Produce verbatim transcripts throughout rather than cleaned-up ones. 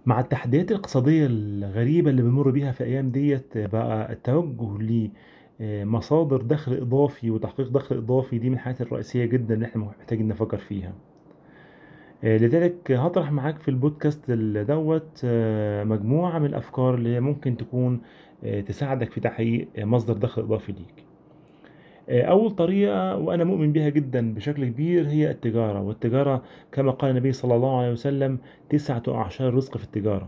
مع التحديات الاقتصادية الغريبة اللي بنمر بيها في أيام ديت بقى التوجه لمصادر دخل إضافي وتحقيق دخل إضافي دي من الحاجات الرئيسية جدا اللي احنا محتاجين نفكر فيها. آه، لذلك هطرح معاك في البودكاست ال- دوت آه، مجموعة من الأفكار اللي هي ممكن تكون آه، تساعدك في تحقيق آه، مصدر دخل إضافي ليك. آه، أول طريقة وأنا مؤمن بها جدا بشكل كبير هي التجارة، والتجارة كما قال النبي صلى الله عليه وسلم: تسعة أعشار الرزق في التجارة.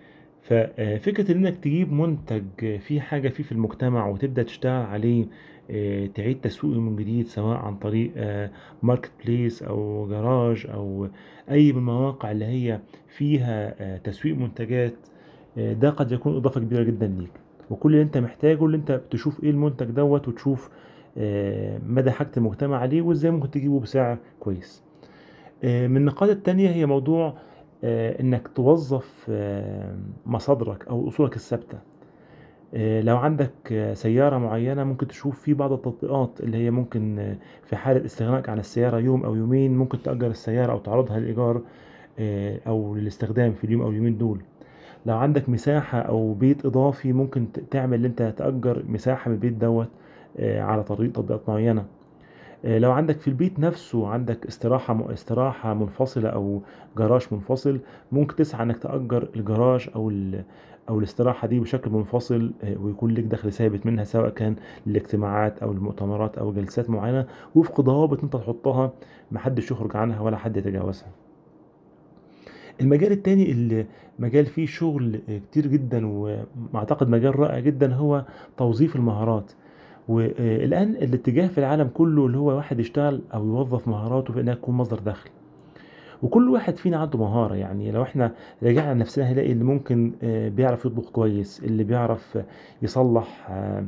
ففكرة انك تجيب منتج فيه حاجة فيه في المجتمع وتبدأ تشتغل عليه، آه، تعيد تسويقه من جديد سواء عن طريق ماركت بليس او جراج او اي من المواقع اللي هي فيها آه، تسويق منتجات. آه، ده قد يكون اضافة كبيرة جدا ليك. وكل اللي انت محتاجه اللي انت تشوف ايه المنتج دوت وتشوف آه، مدى حاجة المجتمع عليه وازاي ممكن تجيبه بسعر كويس. آه، من النقاط التانية هي موضوع آه، انك توظف آه، مصادرك او اصولك الثابتة. آه، لو عندك آه، سيارة معينة ممكن تشوف في بعض التطبيقات اللي هي ممكن آه، في حالة استغنائك عن السيارة يوم او يومين ممكن تأجر السيارة او تعرضها للإيجار آه، او للاستخدام في اليوم او اليومين دول. لو عندك مساحة او بيت اضافي ممكن ت- تعمل اللي انت تأجر مساحة من البيت دوت آه، على طريق تطبيقات معينة. آه، لو عندك في البيت نفسه عندك استراحة استراحة منفصلة أو جراج منفصل، ممكن تسعى إنك تأجر الجراج أو ال أو الاستراحة دي بشكل منفصل، آه، ويكون لك دخل ثابت منها سواء كان للاجتماعات أو المؤتمرات أو جلسات معينة وفق ضوابط أنت تحطها محدش يخرج عنها ولا حد يتجاوزها. المجال التاني اللي مجال فيه شغل آه، كتير جدا وأعتقد مجال رائع جدا هو توظيف المهارات. والآن الاتجاه في العالم كله اللي هو واحد يشتغل أو يوظف مهاراته في إنها تكون مصدر دخل. وكل واحد فينا عنده مهارة، يعني لو احنا رجعنا لنفسنا هنلاقي اللي ممكن آه، بيعرف يطبخ كويس، اللي بيعرف آه، يصلح آه،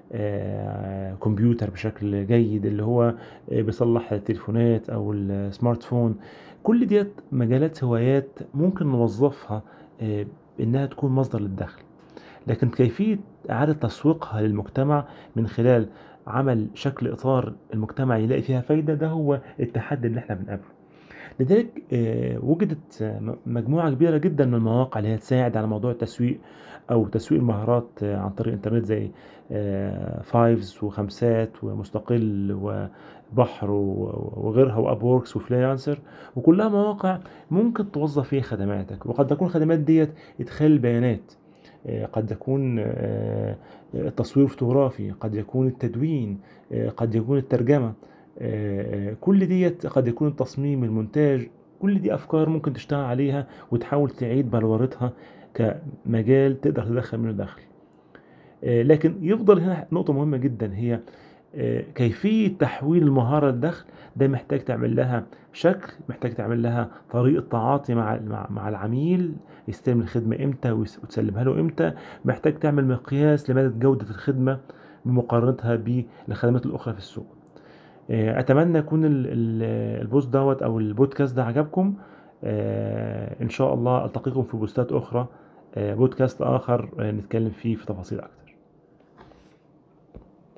آه، كمبيوتر بشكل جيد، اللي هو آه، بيصلح التليفونات أو السمارت فون. كل ديت مجالات هوايات ممكن نوظفها آه، إنها تكون مصدر للدخل. لكن كيفية إعادة تسويقها للمجتمع من خلال عمل شكل إطار المجتمع يلاقي فيها فايدة، ده هو التحدي اللي احنا بنقابله. لذلك آه، وجدت آه، م- مجموعة كبيرة جدا من المواقع اللي هي تساعد على موضوع التسويق أو تسويق المهارات آه، عن طريق الإنترنت زي آه، فايفز وخمسات ومستقل وبحر و- وغيرها وأبوركس وفريلانسر. وكلها مواقع ممكن توظف فيها خدماتك، وقد تكون الخدمات ديت إدخال البيانات، آه، قد يكون آه، التصوير الفوتوغرافي، قد يكون التدوين، آه، قد يكون الترجمة، آه، كل ديت قد يكون التصميم المونتاج. كل دي أفكار ممكن تشتغل عليها وتحاول تعيد بلورتها كمجال تقدر تدخل منه دخل. آه، لكن يفضل هنا نقطة مهمة جدا هي آه، كيفية تحويل المهارة لدخل. ده محتاج تعمل لها شكل، محتاج تعمل لها طريقة تعاطي مع مع مع العميل، يستلم الخدمة امتى ويس- وتسلمها له امتى. محتاج تعمل مقياس لمدى جودة الخدمة بمقارنتها بالخدمات الأخرى في السوق. آه، أتمنى يكون ال- ال- البوست دوت أو البودكاست ده عجبكم. آه، إن شاء الله ألتقيكم في بوستات أخرى، آه، بودكاست آخر آه، نتكلم فيه في تفاصيل أكتر.